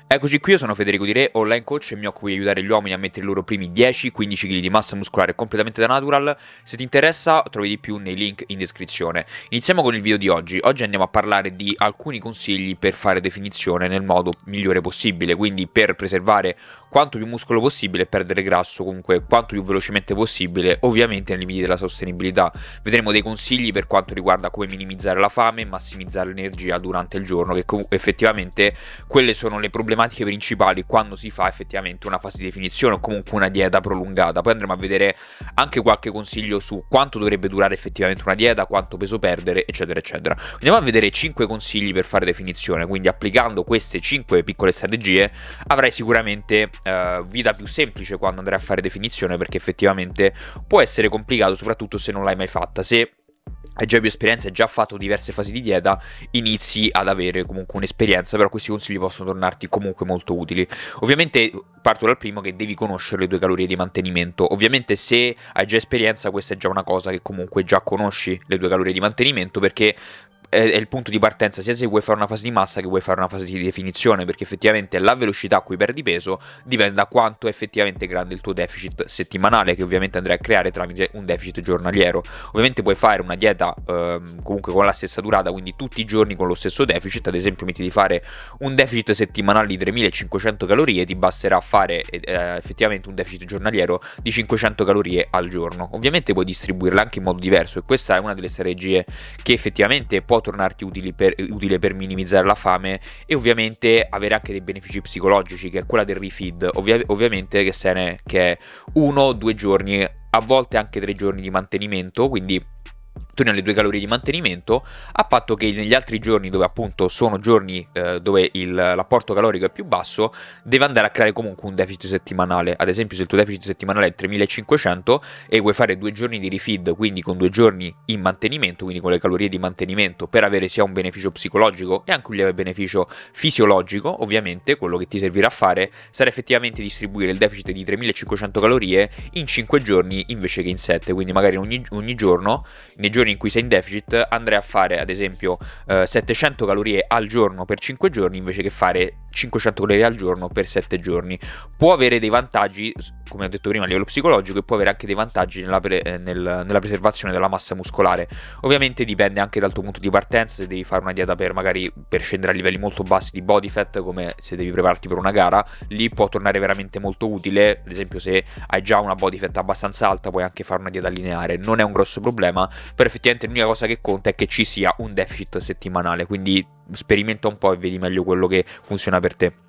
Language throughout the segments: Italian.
Eccoci qui, io sono Federico Di Re, online coach e mi occupo di aiutare gli uomini a mettere i loro primi 10-15 kg di massa muscolare completamente da natural. Se ti interessa trovi di più nei link in descrizione. Iniziamo con il video di oggi. Oggi andiamo a parlare di alcuni consigli per fare definizione nel modo migliore possibile, quindi per preservare quanto più muscolo possibile e perdere grasso comunque quanto più velocemente possibile, ovviamente nei limiti della sostenibilità. Vedremo dei consigli per quanto riguarda come minimizzare la fame e massimizzare l'energia durante il giorno, che effettivamente quelle sono le problematiche principali quando si fa effettivamente una fase di definizione o comunque una dieta prolungata. Poi andremo a vedere anche qualche consiglio su quanto dovrebbe durare effettivamente una dieta, quanto peso perdere, eccetera eccetera. Andiamo a vedere 5 consigli per fare definizione, quindi applicando queste 5 piccole strategie avrai sicuramente vita più semplice quando andrai a fare definizione, perché effettivamente può essere complicato soprattutto se non l'hai mai fatta. Se hai già più esperienza, hai già fatto diverse fasi di dieta, inizi ad avere comunque un'esperienza, però questi consigli possono tornarti comunque molto utili. Ovviamente parto dal primo, che devi conoscere le tue calorie di mantenimento. Ovviamente se hai già esperienza questa è già una cosa che comunque già conosci le tue calorie di mantenimento, perché è il punto di partenza sia se vuoi fare una fase di massa che vuoi fare una fase di definizione, perché effettivamente la velocità a cui perdi peso dipende da quanto è effettivamente grande il tuo deficit settimanale, che ovviamente andrai a creare tramite un deficit giornaliero. Ovviamente puoi fare una dieta comunque con la stessa durata, quindi tutti i giorni con lo stesso deficit. Ad esempio metti di fare un deficit settimanale di 3500 calorie, ti basterà fare effettivamente un deficit giornaliero di 500 calorie al giorno. Ovviamente puoi distribuirla anche in modo diverso, e questa è una delle strategie che effettivamente può tornarti utile per minimizzare la fame e ovviamente avere anche dei benefici psicologici, che è quella del refeed, ovviamente che è 1-2 giorni, a volte anche 3 giorni di mantenimento, quindi torni alle 2 calorie di mantenimento, a patto che negli altri giorni, dove appunto sono giorni dove l'apporto calorico è più basso, deve andare a creare comunque un deficit settimanale. Ad esempio, se il tuo deficit settimanale è 3500 e vuoi fare 2 giorni di refeed, quindi con 2 giorni in mantenimento, quindi con le calorie di mantenimento, per avere sia un beneficio psicologico e anche un lieve beneficio fisiologico, ovviamente quello che ti servirà a fare sarà effettivamente distribuire il deficit di 3500 calorie in 5 giorni invece che in 7, quindi magari ogni giorno, nei giorni in cui sei in deficit, andrai a fare ad esempio 700 calorie al giorno per 5 giorni invece che fare 500 calorie al giorno per 7 giorni. Può avere dei vantaggi, come ho detto prima, a livello psicologico, e può avere anche dei vantaggi nella preservazione della massa muscolare. Ovviamente dipende anche dal tuo punto di partenza, se devi fare una dieta magari per scendere a livelli molto bassi di body fat, come se devi prepararti per una gara, lì può tornare veramente molto utile. Ad esempio, se hai già una body fat abbastanza alta puoi anche fare una dieta lineare, non è un grosso problema, però effettivamente l'unica cosa che conta è che ci sia un deficit settimanale, quindi sperimenta un po' e vedi meglio quello che funziona per te.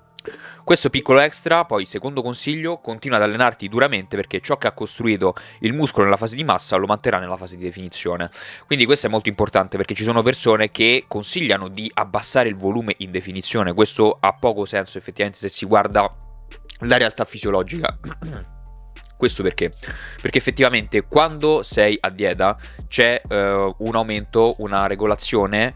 Questo piccolo extra. Poi, secondo consiglio, continua ad allenarti duramente, perché ciò che ha costruito il muscolo nella fase di massa lo manterrà nella fase di definizione. Quindi questo è molto importante, perché ci sono persone che consigliano di abbassare il volume in definizione. Questo ha poco senso effettivamente se si guarda la realtà fisiologica. Questo perché? Perché effettivamente quando sei a dieta c'è un aumento, una regolazione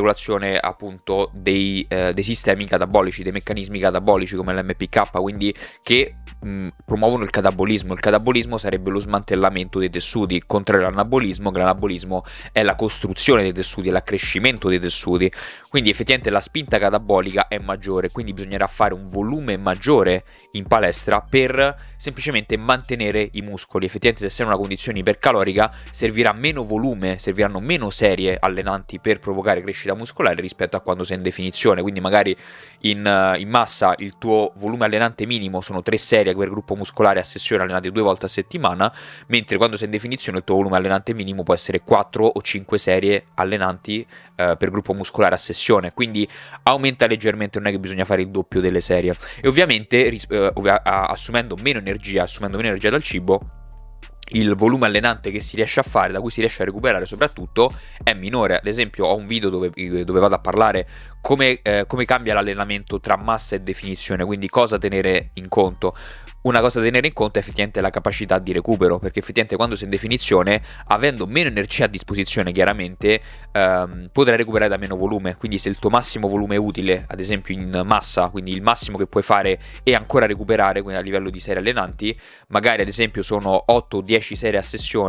appunto dei sistemi catabolici, dei meccanismi catabolici come l'MPK, quindi che promuovono il catabolismo. Il catabolismo sarebbe lo smantellamento dei tessuti, contrario all'anabolismo, che l'anabolismo è la costruzione dei tessuti, è l'accrescimento dei tessuti. Quindi effettivamente la spinta catabolica è maggiore, quindi bisognerà fare un volume maggiore in palestra per semplicemente mantenere i muscoli. Effettivamente, se sei in una condizione ipercalorica servirà meno volume, serviranno meno serie allenanti per provocare crescita muscolare rispetto a quando sei in definizione. Quindi magari in massa il tuo volume allenante minimo sono 3 serie per gruppo muscolare a sessione, allenate 2 volte a settimana, mentre quando sei in definizione il tuo volume allenante minimo può essere 4 o 5 serie allenanti per gruppo muscolare a sessione. Quindi aumenta leggermente, non è che bisogna fare il doppio delle serie. E ovviamente assumendo meno energia dal cibo, il volume allenante che si riesce a fare, da cui si riesce a recuperare soprattutto, è minore. Ad esempio ho un video dove vado a parlare come cambia l'allenamento tra massa e definizione, quindi cosa tenere in conto. Una cosa da tenere in conto è effettivamente la capacità di recupero, perché effettivamente quando sei in definizione, avendo meno energia a disposizione, chiaramente potrai recuperare da meno volume. Quindi se il tuo massimo volume utile, ad esempio in massa, quindi il massimo che puoi fare e ancora recuperare, quindi a livello di serie allenanti, magari ad esempio sono 8-10 serie a sessione,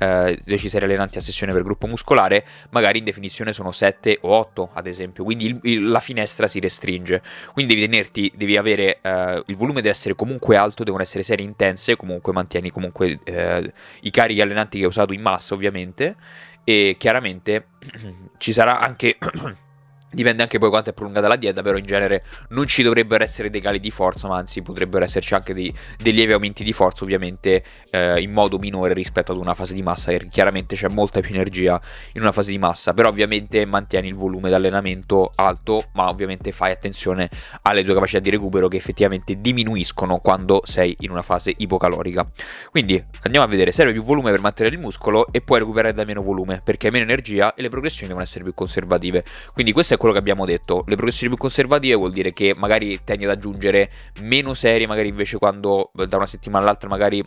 10 serie allenanti a sessione per gruppo muscolare, magari in definizione sono 7 o 8 ad esempio, quindi la finestra si restringe, quindi devi avere il volume deve essere comunque alto, devono essere serie intense, comunque mantieni comunque i carichi allenanti che hai usato in massa ovviamente, e chiaramente ci sarà anche dipende anche poi quanto è prolungata la dieta, però in genere non ci dovrebbero essere dei cali di forza, ma anzi potrebbero esserci anche dei lievi aumenti di forza, ovviamente in modo minore rispetto ad una fase di massa, perché chiaramente c'è molta più energia in una fase di massa, però ovviamente mantieni il volume d'allenamento alto, ma ovviamente fai attenzione alle tue capacità di recupero che effettivamente diminuiscono quando sei in una fase ipocalorica. Quindi andiamo a vedere, serve più volume per mantenere il muscolo e puoi recuperare da meno volume, perché hai meno energia e le progressioni devono essere più conservative. Quindi questo è quello che abbiamo detto. Le progressioni più conservative vuol dire che magari tendi ad aggiungere meno serie, magari invece quando da una settimana all'altra magari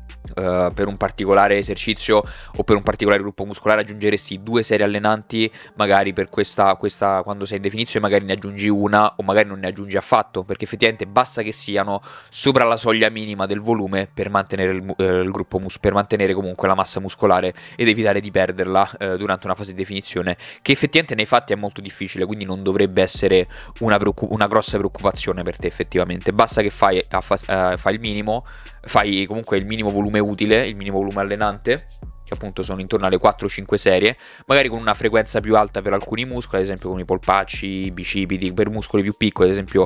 per un particolare esercizio o per un particolare gruppo muscolare aggiungeresti 2 serie allenanti, magari per questa quando sei in definizione magari ne aggiungi una o magari non ne aggiungi affatto, perché effettivamente basta che siano sopra la soglia minima del volume per mantenere il gruppo per mantenere comunque la massa muscolare ed evitare di perderla durante una fase di definizione, che effettivamente nei fatti è molto difficile, quindi non dovrebbe essere una grossa preoccupazione per te. Effettivamente basta che fai il minimo, fai comunque il minimo volume utile, il minimo volume allenante, che appunto sono intorno alle 4-5 serie, magari con una frequenza più alta per alcuni muscoli, ad esempio con i polpacci, i bicipiti, per muscoli più piccoli, ad esempio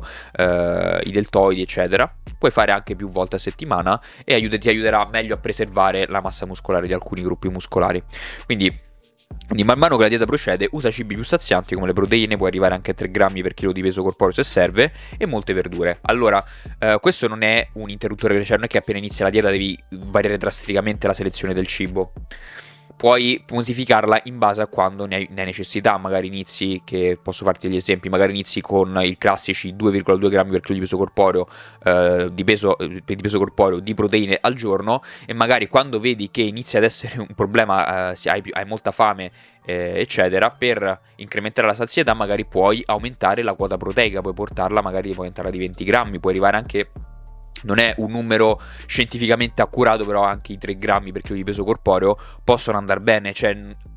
i deltoidi, eccetera. Puoi fare anche più volte a settimana e ti aiuterà meglio a preservare la massa muscolare di alcuni gruppi muscolari. Quindi man mano che la dieta procede, usa cibi più sazianti come le proteine, puoi arrivare anche a 3 grammi per chilo di peso corporeo se serve, e molte verdure. Allora, questo non è un interruttore, cioè non è che appena inizia la dieta devi variare drasticamente la selezione del cibo. Puoi modificarla in base a quando ne hai necessità, magari inizi, che posso farti degli esempi, magari inizi con i classici 2,2 grammi per chilo di peso corporeo di peso corporeo di proteine al giorno, e magari quando vedi che inizia ad essere un problema, hai molta fame, eccetera, per incrementare la sazietà magari puoi aumentare la quota proteica, puoi aumentarla di 20 grammi, puoi arrivare anche, non è un numero scientificamente accurato, però anche i 3 grammi per chilo di peso corporeo possono andare bene, cioè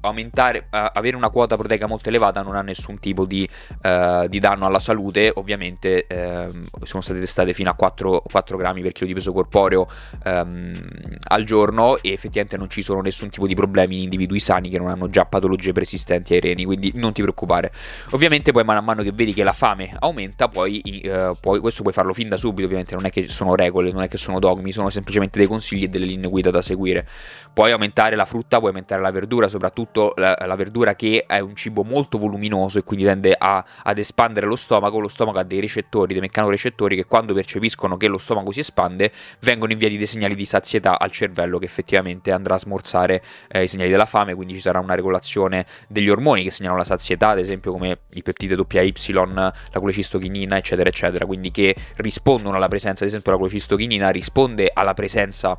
avere una quota proteica molto elevata non ha nessun tipo di danno alla salute. Ovviamente sono state testate fino a 4 grammi per chilo di peso corporeo al giorno, e effettivamente non ci sono nessun tipo di problemi in individui sani che non hanno già patologie preesistenti ai reni, quindi non ti preoccupare. Ovviamente poi man mano che vedi che la fame aumenta, poi questo puoi farlo fin da subito, ovviamente non è che sono regole, non è che sono dogmi, sono semplicemente dei consigli e delle linee guida da seguire. Puoi aumentare la frutta, puoi aumentare la verdura, soprattutto la verdura, che è un cibo molto voluminoso e quindi tende ad espandere lo stomaco. Lo stomaco ha dei recettori, dei meccanorecettori, che quando percepiscono che lo stomaco si espande vengono inviati dei segnali di sazietà al cervello, che effettivamente andrà a smorzare i segnali della fame, quindi ci sarà una regolazione degli ormoni che segnalano la sazietà, ad esempio come i peptide AY, la colecistochinina, eccetera eccetera, quindi che rispondono alla presenza, ad esempio la colecistochinina risponde alla presenza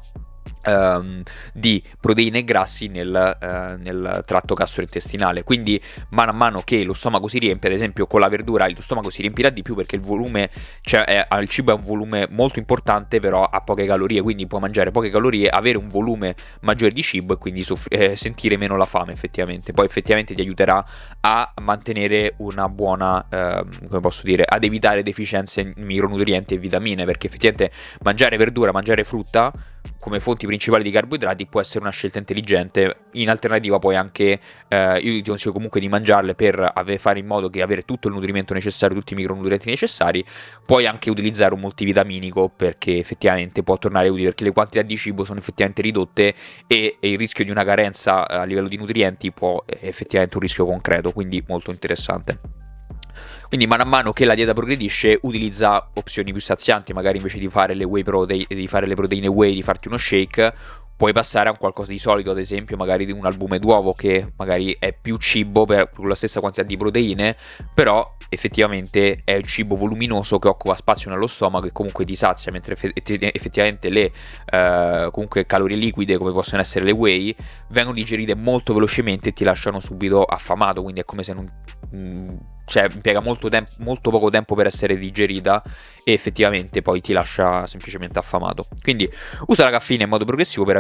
di proteine e grassi nel tratto gastrointestinale. Quindi man mano che lo stomaco si riempie, ad esempio con la verdura il stomaco si riempirà di più, perché il volume, cioè il cibo è un volume molto importante, però ha poche calorie, quindi puoi mangiare poche calorie, avere un volume maggiore di cibo e quindi sentire meno la fame effettivamente. Poi effettivamente ti aiuterà a mantenere una buona, come posso dire, ad evitare deficienze in micronutrienti e vitamine, perché effettivamente mangiare verdura, mangiare frutta come fonti principali di carboidrati può essere una scelta intelligente. In alternativa poi anche io ti consiglio comunque di mangiarle per fare in modo che avere tutto il nutrimento necessario, tutti i micronutrienti necessari. Puoi anche utilizzare un multivitaminico, perché effettivamente può tornare utile, perché le quantità di cibo sono effettivamente ridotte e il rischio di una carenza a livello di nutrienti può effettivamente un rischio concreto, quindi molto interessante. Quindi man mano che la dieta progredisce utilizza opzioni più sazianti, magari invece di fare le whey protein, di fare le proteine whey, di farti uno shake, puoi passare a un qualcosa di solido, ad esempio magari di un albume d'uovo, che magari è più cibo per la stessa quantità di proteine, però effettivamente è un cibo voluminoso che occupa spazio nello stomaco e comunque ti sazia, mentre effettivamente le comunque calorie liquide, come possono essere le whey, vengono digerite molto velocemente e ti lasciano subito affamato, quindi è come se non cioè impiega molto poco tempo per essere digerita e effettivamente poi ti lascia semplicemente affamato. Quindi usa la caffeina in modo progressivo per avere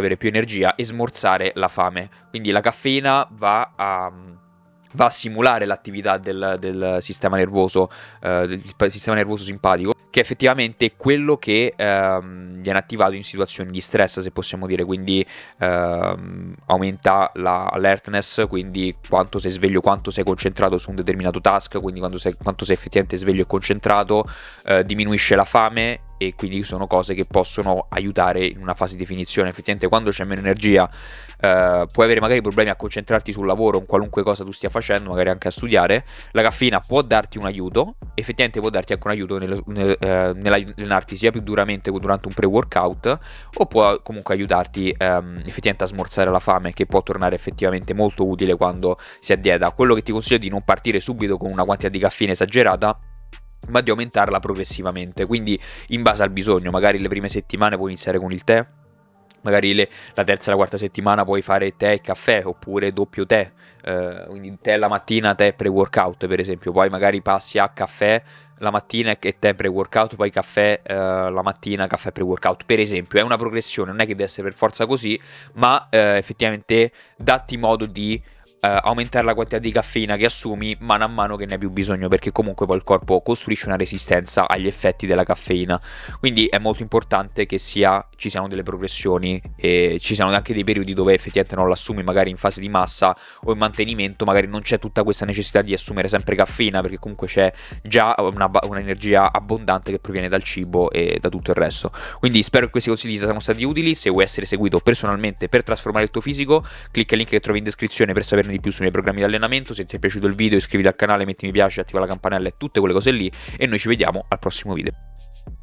avere più energia e smorzare la fame. Quindi la caffeina va a simulare l'attività del sistema nervoso, del sistema nervoso simpatico, che effettivamente è quello che viene attivato in situazioni di stress, se possiamo dire. Quindi aumenta l'alertness, quindi quanto sei sveglio, quanto sei concentrato su un determinato task, quindi quanto sei effettivamente sveglio e concentrato, diminuisce la fame, e quindi sono cose che possono aiutare in una fase di definizione. Effettivamente quando c'è meno energia puoi avere magari problemi a concentrarti sul lavoro, in qualunque cosa tu stia facendo, magari anche a studiare. La caffeina può darti un aiuto, effettivamente può darti anche un aiuto nell'allenarti sia più duramente durante un pre-workout, o può comunque aiutarti effettivamente a smorzare la fame, che può tornare effettivamente molto utile quando si è a dieta. Quello che ti consiglio è di non partire subito con una quantità di caffeina esagerata, ma di aumentarla progressivamente, quindi in base al bisogno. Magari le prime settimane puoi iniziare con il tè, magari la terza e la quarta settimana puoi fare tè e caffè, oppure doppio tè, quindi tè la mattina, tè pre-workout per esempio, poi magari passi a caffè la mattina e tè pre-workout, poi caffè la mattina, caffè pre-workout per esempio. È una progressione, non è che deve essere per forza così, ma effettivamente datti modo di aumentare la quantità di caffeina che assumi mano a mano che ne hai più bisogno, perché comunque poi il corpo costruisce una resistenza agli effetti della caffeina. Quindi è molto importante che ci siano delle progressioni, e ci siano anche dei periodi dove effettivamente non l'assumi, magari in fase di massa o in mantenimento, magari non c'è tutta questa necessità di assumere sempre caffeina, perché comunque c'è già un'energia abbondante che proviene dal cibo e da tutto il resto. Quindi spero che questi consigli siano stati utili. Se vuoi essere seguito personalmente per trasformare il tuo fisico, clicca il link che trovi in descrizione per saperne di più sui miei programmi di allenamento. Se ti è piaciuto il video, iscriviti al canale, metti mi piace, attiva la campanella e tutte quelle cose lì, e noi ci vediamo al prossimo video.